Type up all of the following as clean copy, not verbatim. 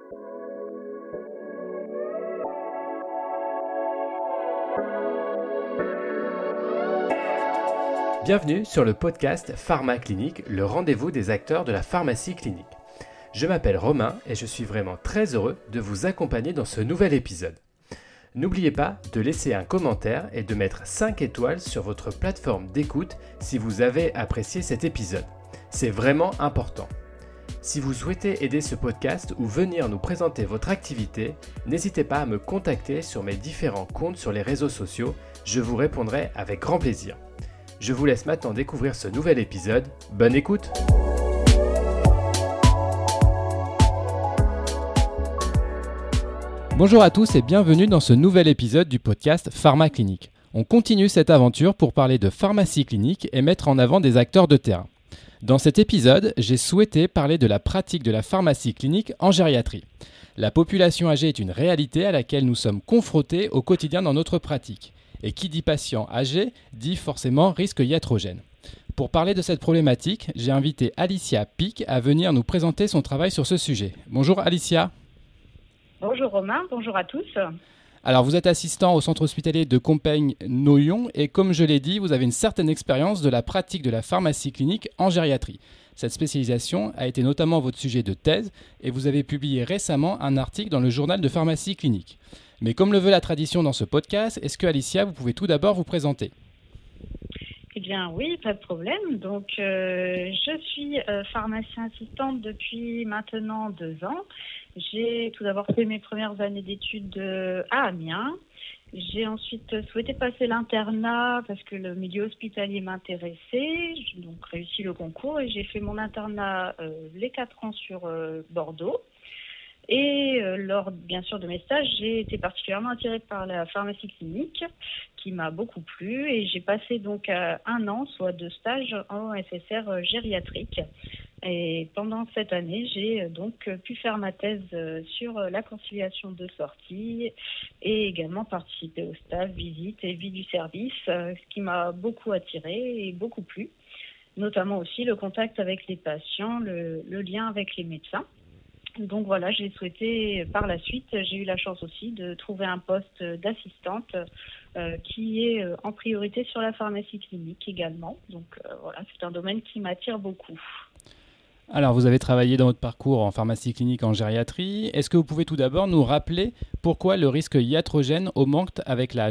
Bienvenue sur le podcast Pharma Clinique, le rendez-vous des acteurs de la pharmacie clinique. Je m'appelle Romain et je suis vraiment très heureux de vous accompagner dans ce nouvel épisode. N'oubliez pas de laisser un commentaire et de mettre 5 étoiles sur votre plateforme d'écoute si vous avez apprécié cet épisode. C'est vraiment important. Si vous souhaitez aider ce podcast ou venir nous présenter votre activité, n'hésitez pas à me contacter sur mes différents comptes sur les réseaux sociaux, je vous répondrai avec grand plaisir. Je vous laisse maintenant découvrir ce nouvel épisode. Bonne écoute! Bonjour à tous et bienvenue dans ce nouvel épisode du podcast Pharma Clinique. On continue cette aventure pour parler de pharmacie clinique et mettre en avant des acteurs de terrain. Dans cet épisode, j'ai souhaité parler de la pratique de la pharmacie clinique en gériatrie. La population âgée est une réalité à laquelle nous sommes confrontés au quotidien dans notre pratique. Et qui dit patient âgé, dit forcément risque iatrogène. Pour parler de cette problématique, j'ai invité Alicia Pic à venir nous présenter son travail sur ce sujet. Bonjour Alicia. Bonjour Romain, bonjour à tous. Alors vous êtes assistant au centre hospitalier de Compiègne-Noyon et comme je l'ai dit, vous avez une certaine expérience de la pratique de la pharmacie clinique en gériatrie. Cette spécialisation a été notamment votre sujet de thèse et vous avez publié récemment un article dans le journal de pharmacie clinique. Mais comme le veut la tradition dans ce podcast, est-ce que Alicia, vous pouvez tout d'abord vous présenter ? Eh bien oui, pas de problème. Donc je suis pharmacien assistante depuis maintenant 2 ans. J'ai tout d'abord fait mes premières années d'études à Amiens. J'ai ensuite souhaité passer l'internat parce que le milieu hospitalier m'intéressait. J'ai donc réussi le concours et j'ai fait mon internat les 4 ans sur Bordeaux. Et lors, bien sûr, de mes stages, j'ai été particulièrement attirée par la pharmacie clinique, qui m'a beaucoup plu. Et j'ai passé donc 1 an, soit 2 stages en SSR gériatrique. Et pendant cette année, j'ai donc pu faire ma thèse sur la conciliation de sortie et également participer au stage, visite et vie du service, ce qui m'a beaucoup attirée et beaucoup plu. Notamment aussi le contact avec les patients, le lien avec les médecins. Donc voilà, j'ai souhaité par la suite, j'ai eu la chance aussi de trouver un poste d'assistante qui est en priorité sur la pharmacie clinique également. Donc voilà, c'est un domaine qui m'attire beaucoup. Alors vous avez travaillé dans votre parcours en pharmacie clinique en gériatrie. Est-ce que vous pouvez tout d'abord nous rappeler pourquoi le risque iatrogène augmente avec l'âge ?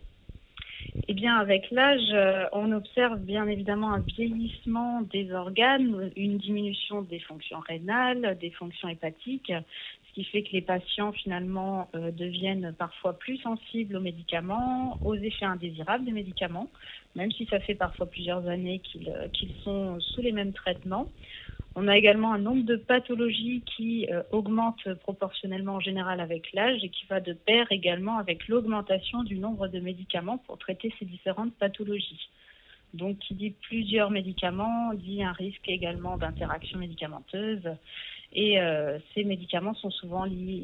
Eh bien, avec l'âge, on observe bien évidemment un vieillissement des organes, une diminution des fonctions rénales, des fonctions hépatiques, ce qui fait que les patients finalement deviennent parfois plus sensibles aux médicaments, aux effets indésirables des médicaments, même si ça fait parfois plusieurs années qu'ils sont sous les mêmes traitements. On a également un nombre de pathologies qui augmente proportionnellement en général avec l'âge et qui va de pair également avec l'augmentation du nombre de médicaments pour traiter ces différentes pathologies. Donc, qui dit plusieurs médicaments, dit un risque également d'interaction médicamenteuse. Et ces médicaments sont souvent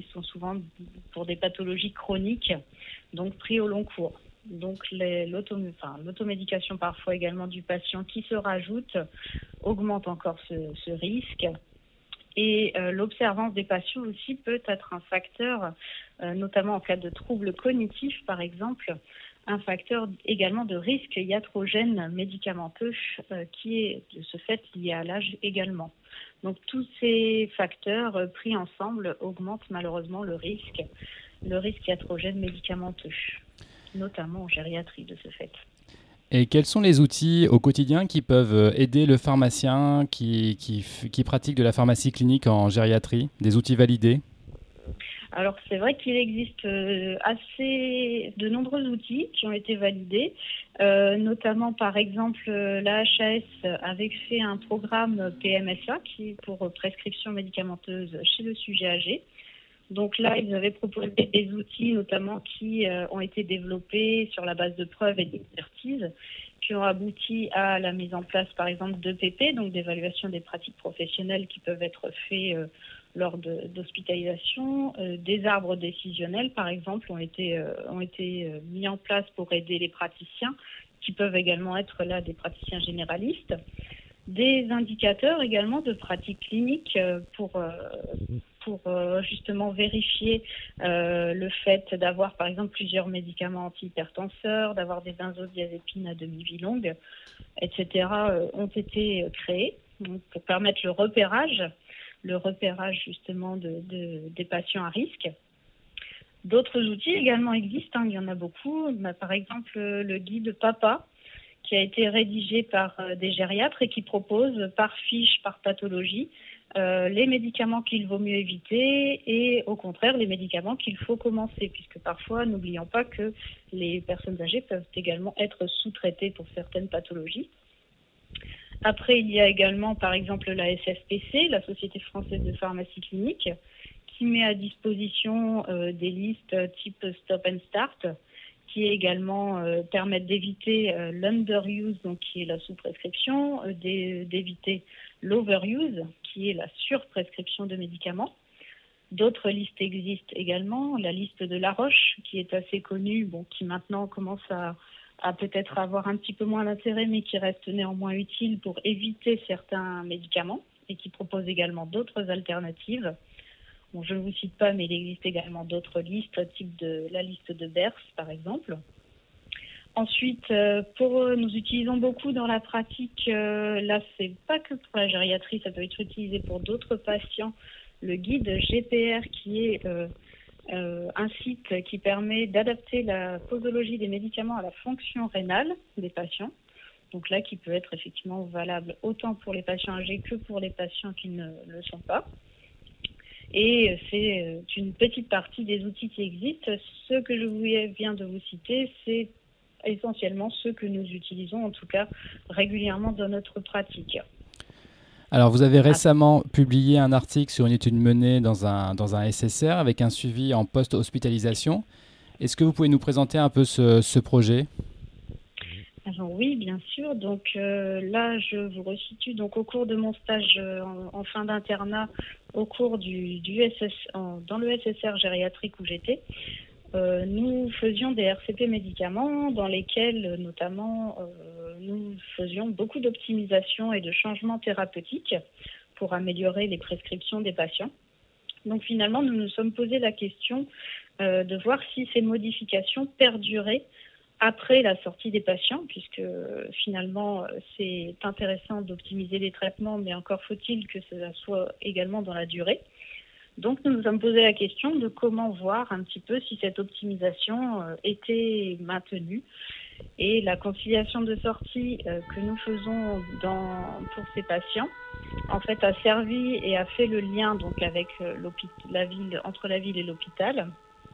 pour des pathologies chroniques, donc pris au long cours. Donc l'automédication parfois également du patient qui se rajoute augmente encore ce risque. Et l'observance des patients aussi peut être un facteur, notamment en cas de troubles cognitifs par exemple, un facteur également de risque iatrogène médicamenteux qui est de ce fait lié à l'âge également. Donc tous ces facteurs pris ensemble augmentent malheureusement le risque iatrogène médicamenteux, notamment en gériatrie de ce fait. Et quels sont les outils au quotidien qui peuvent aider le pharmacien qui pratique de la pharmacie clinique en gériatrie, des outils validés ? Alors c'est vrai qu'il existe assez de nombreux outils qui ont été validés, notamment par exemple la HAS avait fait un programme PMSA qui est pour prescription médicamenteuse chez le sujet âgé. Donc là, ils avaient proposé des outils notamment qui ont été développés sur la base de preuves et d'expertise, qui ont abouti à la mise en place par exemple d'EPP, donc d'évaluation des pratiques professionnelles qui peuvent être faits lors d'hospitalisation. Des arbres décisionnels, par exemple, ont été mis en place pour aider les praticiens, qui peuvent également être là des praticiens généralistes. des indicateurs également de pratique clinique pour justement vérifier le fait d'avoir par exemple plusieurs médicaments antihypertenseurs, d'avoir des benzodiazépines à demi-vie longue, etc. Ont été créés donc, pour permettre le repérage justement des patients à risque. D'autres outils également existent, il y en a beaucoup. Par exemple, le guide PAPA, qui a été rédigé par des gériatres et qui propose par fiche, par pathologie, les médicaments qu'il vaut mieux éviter et au contraire les médicaments qu'il faut commencer, puisque parfois, n'oublions pas que les personnes âgées peuvent également être sous-traitées pour certaines pathologies. Après, il y a également par exemple la SFPC, la Société française de pharmacie clinique, qui met à disposition des listes type Stop and Start, qui également permettent d'éviter l'underuse, donc qui est la sous-prescription, d'éviter l'overuse, qui est la surprescription de médicaments. D'autres listes existent également, la liste de La Roche, qui est assez connue, qui maintenant commence à peut-être avoir un petit peu moins d'intérêt, mais qui reste néanmoins utile pour éviter certains médicaments et qui propose également d'autres alternatives. Bon, je ne vous cite pas, mais il existe également d'autres listes, type de la liste de Bers, par exemple. Ensuite, nous utilisons beaucoup dans la pratique, là, c'est pas que pour la gériatrie, ça peut être utilisé pour d'autres patients, le guide GPR, qui est un site qui permet d'adapter la posologie des médicaments à la fonction rénale des patients. Donc là, qui peut être effectivement valable autant pour les patients âgés que pour les patients qui ne le sont pas. Et c'est une petite partie des outils qui existent. Ce que je viens de vous citer, c'est essentiellement ceux que nous utilisons, en tout cas régulièrement dans notre pratique. Alors, vous avez récemment publié un article sur une étude menée dans un SSR avec un suivi en post-hospitalisation. Est-ce que vous pouvez nous présenter un peu ce projet ? Alors oui, bien sûr. Donc là, je vous resitue. Donc au cours de mon stage en fin d'internat, au cours dans le SSR gériatrique où j'étais, nous faisions des RCP médicaments dans lesquels, notamment, nous faisions beaucoup d'optimisation et de changements thérapeutiques pour améliorer les prescriptions des patients. Donc finalement, nous nous sommes posé la question de voir si ces modifications perduraient après la sortie des patients, puisque finalement, c'est intéressant d'optimiser les traitements, mais encore faut-il que cela soit également dans la durée. Donc, nous nous sommes posé la question de comment voir un petit peu si cette optimisation était maintenue. Et la conciliation de sortie que nous faisons pour ces patients, en fait, a servi et a fait le lien donc avec entre la ville et l'hôpital.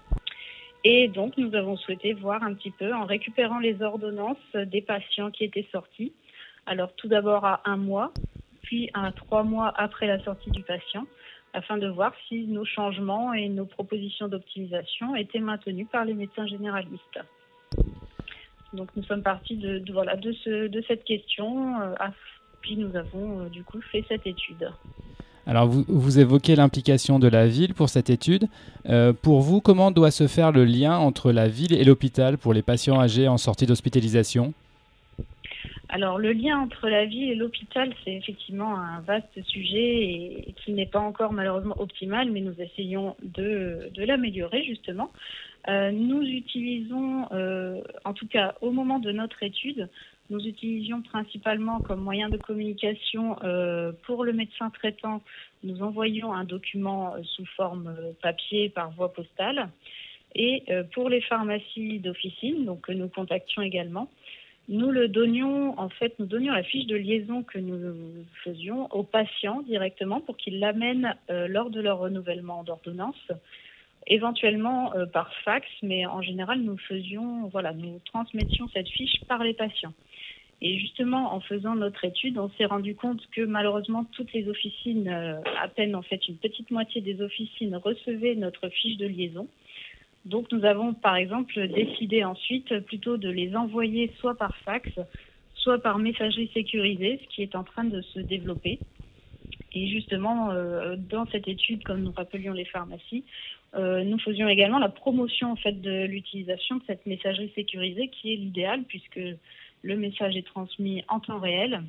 Et donc, nous avons souhaité voir un petit peu, en récupérant les ordonnances des patients qui étaient sortis, alors tout d'abord à 1 mois, puis à 3 mois après la sortie du patient, afin de voir si nos changements et nos propositions d'optimisation étaient maintenus par les médecins généralistes. Donc, nous sommes partis de cette question, puis nous avons du coup fait cette étude. Alors, vous évoquez l'implication de la ville pour cette étude. Pour vous, comment doit se faire le lien entre la ville et l'hôpital pour les patients âgés en sortie d'hospitalisation ? Alors, le lien entre la ville et l'hôpital, c'est effectivement un vaste sujet et qui n'est pas encore malheureusement optimal, mais nous essayons de l'améliorer justement. Nous utilisons, en tout cas au moment de notre étude, nous utilisions principalement comme moyen de communication pour le médecin traitant. Nous envoyions un document sous forme papier par voie postale. Et pour les pharmacies d'officine, donc que nous contactions également, nous donnions la fiche de liaison que nous faisions aux patients directement pour qu'ils l'amènent lors de leur renouvellement d'ordonnance, éventuellement par fax, mais en général nous transmettions cette fiche par les patients. Et justement, en faisant notre étude, on s'est rendu compte que malheureusement, toutes les officines, à peine en fait une petite moitié des officines recevaient notre fiche de liaison. Donc nous avons par exemple décidé ensuite plutôt de les envoyer soit par fax, soit par messagerie sécurisée, ce qui est en train de se développer. Et justement, dans cette étude, comme nous rappelions les pharmacies, nous faisions également la promotion en fait de l'utilisation de cette messagerie sécurisée qui est l'idéal puisque le message est transmis en temps réel,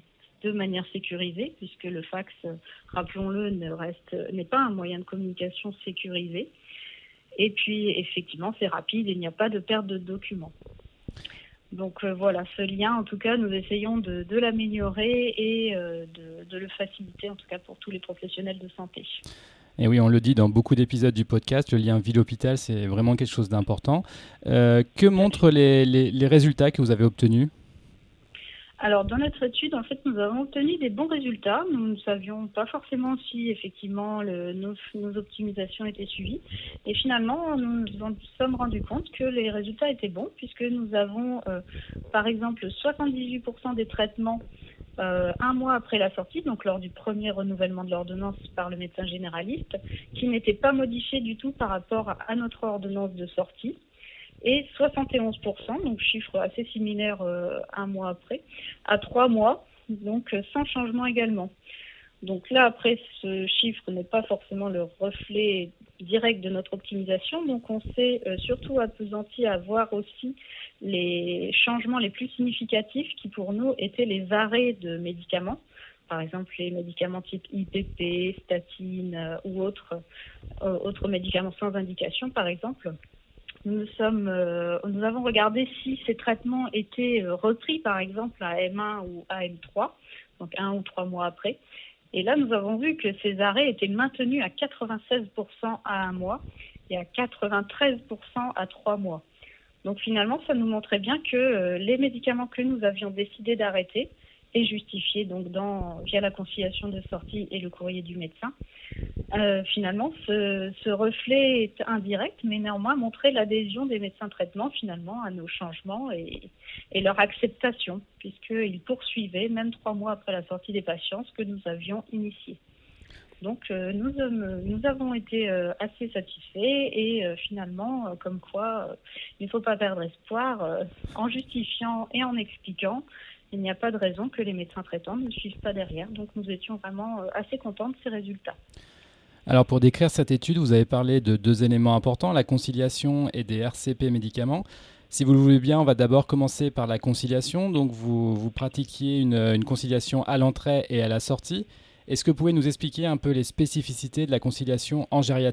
de manière sécurisée, puisque le fax, rappelons-le, n'est pas un moyen de communication sécurisé. Et puis, effectivement, c'est rapide et il n'y a pas de perte de documents. Donc voilà, ce lien, en tout cas, nous essayons de l'améliorer et de le faciliter, en tout cas pour tous les professionnels de santé. Et oui, on le dit dans beaucoup d'épisodes du podcast, le lien ville-hôpital, c'est vraiment quelque chose d'important. Que montrent les résultats que vous avez obtenus ? Alors, dans notre étude, en fait, nous avons obtenu des bons résultats. Nous ne savions pas forcément si, effectivement, nos optimisations étaient suivies. Et finalement, nous nous sommes rendus compte que les résultats étaient bons, puisque nous avons, par exemple, 78% des traitements un mois après la sortie, donc lors du premier renouvellement de l'ordonnance par le médecin généraliste, qui n'étaient pas modifiés du tout par rapport à notre ordonnance de sortie. Et 71%, donc chiffre assez similaire un mois après, à 3 mois, donc sans changement également. Donc là, après, ce chiffre n'est pas forcément le reflet direct de notre optimisation, donc on s'est surtout appesanti à voir aussi les changements les plus significatifs qui pour nous étaient les arrêts de médicaments. Par exemple, les médicaments type IPP, statine ou autres médicaments sans indication, par exemple. Nous avons regardé si ces traitements étaient repris, par exemple, à M1 ou à M3, donc 1 ou 3 mois après. Et là, nous avons vu que ces arrêts étaient maintenus à 96% à 1 mois et à 93% à 3 mois. Donc finalement, ça nous montrait bien que les médicaments que nous avions décidé d'arrêter et justifiés donc via la conciliation de sortie et le courrier du médecin, finalement, ce reflet est indirect, mais néanmoins montrait l'adhésion des médecins traitement finalement à nos changements et leur acceptation, puisqu'ils poursuivaient, même 3 mois après la sortie des patients, ce que nous avions initié. Donc nous avons été assez satisfaits et finalement, comme quoi il ne faut pas perdre espoir en justifiant et en expliquant. Il n'y a pas de raison que les médecins traitants ne suivent pas derrière. Donc nous étions vraiment assez contents de ces résultats. Alors pour décrire cette étude, vous avez parlé de 2 éléments importants, la conciliation et des RCP médicaments. Si vous le voulez bien, on va d'abord commencer par la conciliation. Donc vous pratiquiez une conciliation à l'entrée et à la sortie. Est-ce que vous pouvez nous expliquer un peu les spécificités de la conciliation en gériatrie ?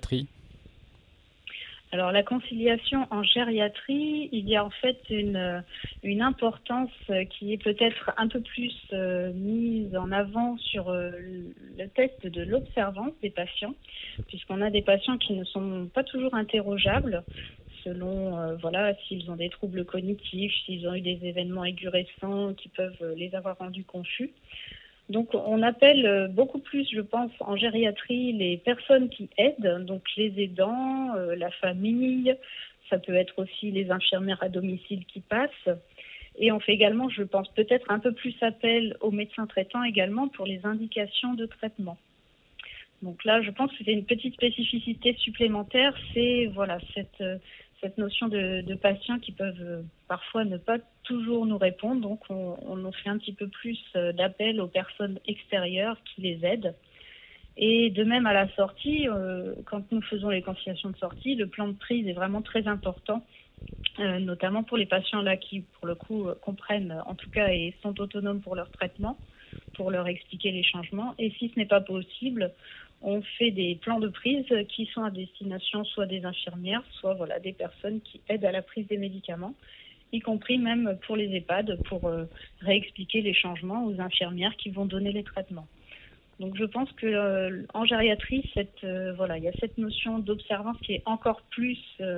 Alors la conciliation en gériatrie, il y a en fait une importance qui est peut-être un peu plus mise en avant sur le test de l'observance des patients, puisqu'on a des patients qui ne sont pas toujours interrogeables selon s'ils ont des troubles cognitifs, s'ils ont eu des événements aigus récents qui peuvent les avoir rendus confus. Donc, on appelle beaucoup plus, je pense, en gériatrie, les personnes qui aident, donc les aidants, la famille, ça peut être aussi les infirmières à domicile qui passent. Et on fait également, je pense, peut-être un peu plus appel aux médecins traitants également pour les indications de traitement. Donc là, je pense que c'est une petite spécificité supplémentaire, c'est cette notion de patients qui peuvent parfois ne pas toujours nous répondre. Donc, on fait un petit peu plus d'appel aux personnes extérieures qui les aident. Et de même, à la sortie, quand nous faisons les conciliations de sortie, le plan de prise est vraiment très important, notamment pour les patients là qui, pour le coup, comprennent en tout cas et sont autonomes pour leur traitement, pour leur expliquer les changements. Et si ce n'est pas possible, on fait des plans de prise qui sont à destination soit des infirmières, soit des personnes qui aident à la prise des médicaments, y compris même pour les EHPAD, pour réexpliquer les changements aux infirmières qui vont donner les traitements. Donc je pense que en gériatrie, il y a cette notion d'observance qui est encore plus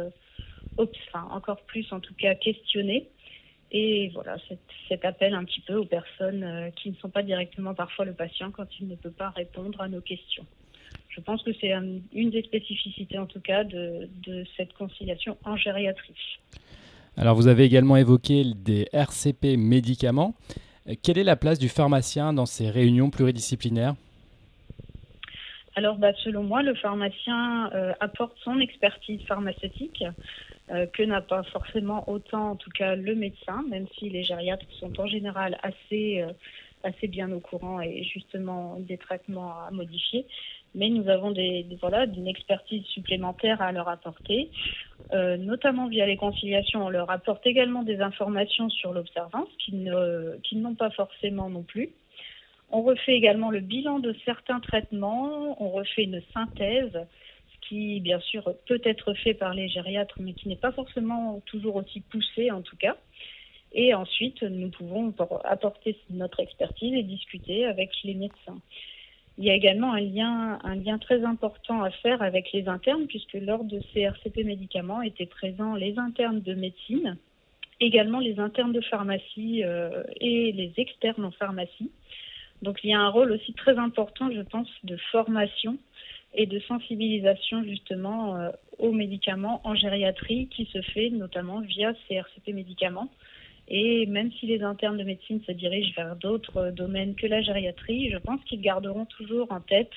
en tout cas questionnée. Et voilà, cet appel un petit peu aux personnes qui ne sont pas directement parfois le patient quand il ne peut pas répondre à nos questions. Je pense que c'est une des spécificités en tout cas de cette conciliation en gériatrie. Alors vous avez également évoqué des RCP médicaments. Quelle est la place du pharmacien dans ces réunions pluridisciplinaires ? Alors selon moi, le pharmacien apporte son expertise pharmaceutique que n'a pas forcément autant en tout cas le médecin, même si les gériatres sont en général assez bien au courant et justement des traitements à modifier. Mais nous avons une expertise supplémentaire à leur apporter, notamment via les conciliations. On leur apporte également des informations sur l'observance qu'ils n'ont pas forcément non plus. On refait également le bilan de certains traitements, on refait une synthèse, ce qui bien sûr peut être fait par les gériatres, mais qui n'est pas forcément toujours aussi poussé en tout cas. Et ensuite, nous pouvons apporter notre expertise et discuter avec les médecins. Il y a également un lien très important à faire avec les internes, puisque lors de ces RCP médicaments étaient présents les internes de médecine, également les internes de pharmacie et les externes en pharmacie. Donc il y a un rôle aussi très important, je pense, de formation et de sensibilisation justement aux médicaments en gériatrie qui se fait notamment via ces RCP médicaments. Et même si les internes de médecine se dirigent vers d'autres domaines que la gériatrie, je pense qu'ils garderont toujours en tête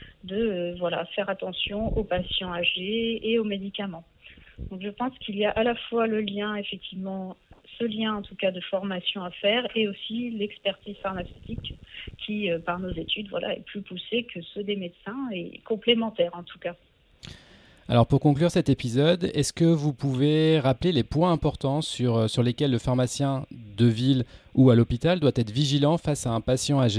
de faire attention aux patients âgés et aux médicaments. Donc je pense qu'il y a à la fois le lien, effectivement, ce lien en tout cas de formation à faire et aussi l'expertise pharmaceutique qui, par nos études, est plus poussée que ceux des médecins et complémentaire en tout cas. Alors pour conclure cet épisode, est-ce que vous pouvez rappeler les points importants sur lesquels le pharmacien de ville ou à l'hôpital doit être vigilant face à un patient âgé ?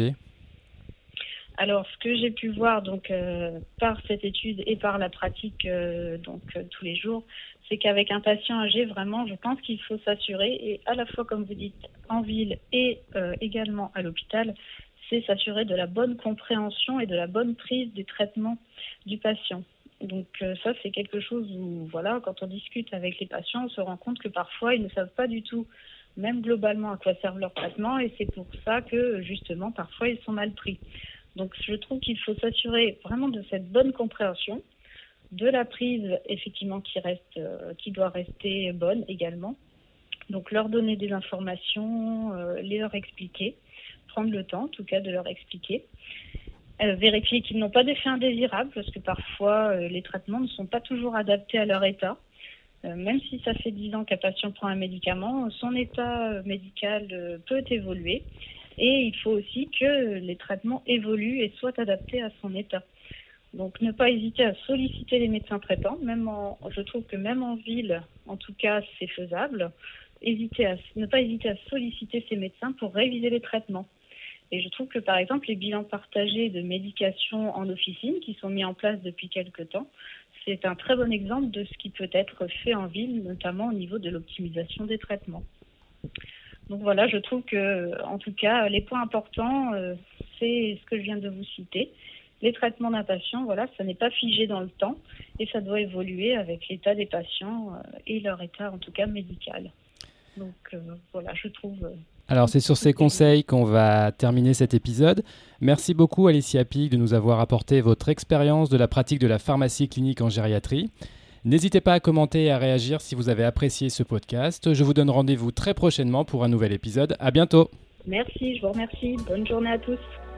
Alors ce que j'ai pu voir par cette étude et par la pratique tous les jours, c'est qu'avec un patient âgé, vraiment, je pense qu'il faut s'assurer, et à la fois comme vous dites en ville et également à l'hôpital, c'est s'assurer de la bonne compréhension et de la bonne prise du traitement du patient. Donc ça, c'est quelque chose où, quand on discute avec les patients, on se rend compte que parfois, ils ne savent pas du tout, même globalement, à quoi servent leurs traitements, et c'est pour ça que, justement, parfois, ils sont mal pris. Donc je trouve qu'il faut s'assurer vraiment de cette bonne compréhension, de la prise, effectivement, qui doit rester bonne également. Donc leur donner des informations, leur expliquer, prendre le temps, en tout cas, de leur expliquer. Vérifier qu'ils n'ont pas d'effet indésirable, parce que parfois les traitements ne sont pas toujours adaptés à leur état. Même si ça fait 10 ans qu'un patient prend un médicament, son état médical peut évoluer. Et il faut aussi que les traitements évoluent et soient adaptés à son état. Donc ne pas hésiter à solliciter les médecins traitants. Je trouve que même en ville, en tout cas, c'est faisable. Ne pas hésiter à solliciter ces médecins pour réviser les traitements. Et je trouve que, par exemple, les bilans partagés de médication en officine qui sont mis en place depuis quelque temps, c'est un très bon exemple de ce qui peut être fait en ville, notamment au niveau de l'optimisation des traitements. Donc voilà, je trouve que, en tout cas, les points importants, c'est ce que je viens de vous citer. Les traitements d'un patient, ça n'est pas figé dans le temps et ça doit évoluer avec l'état des patients et leur état, en tout cas, médical. Donc je trouve... Alors c'est sur ces conseils qu'on va terminer cet épisode. Merci beaucoup Alicia Pic de nous avoir apporté votre expérience de la pratique de la pharmacie clinique en gériatrie. N'hésitez pas à commenter et à réagir si vous avez apprécié ce podcast. Je vous donne rendez-vous très prochainement pour un nouvel épisode. À bientôt. Merci, je vous remercie. Bonne journée à tous.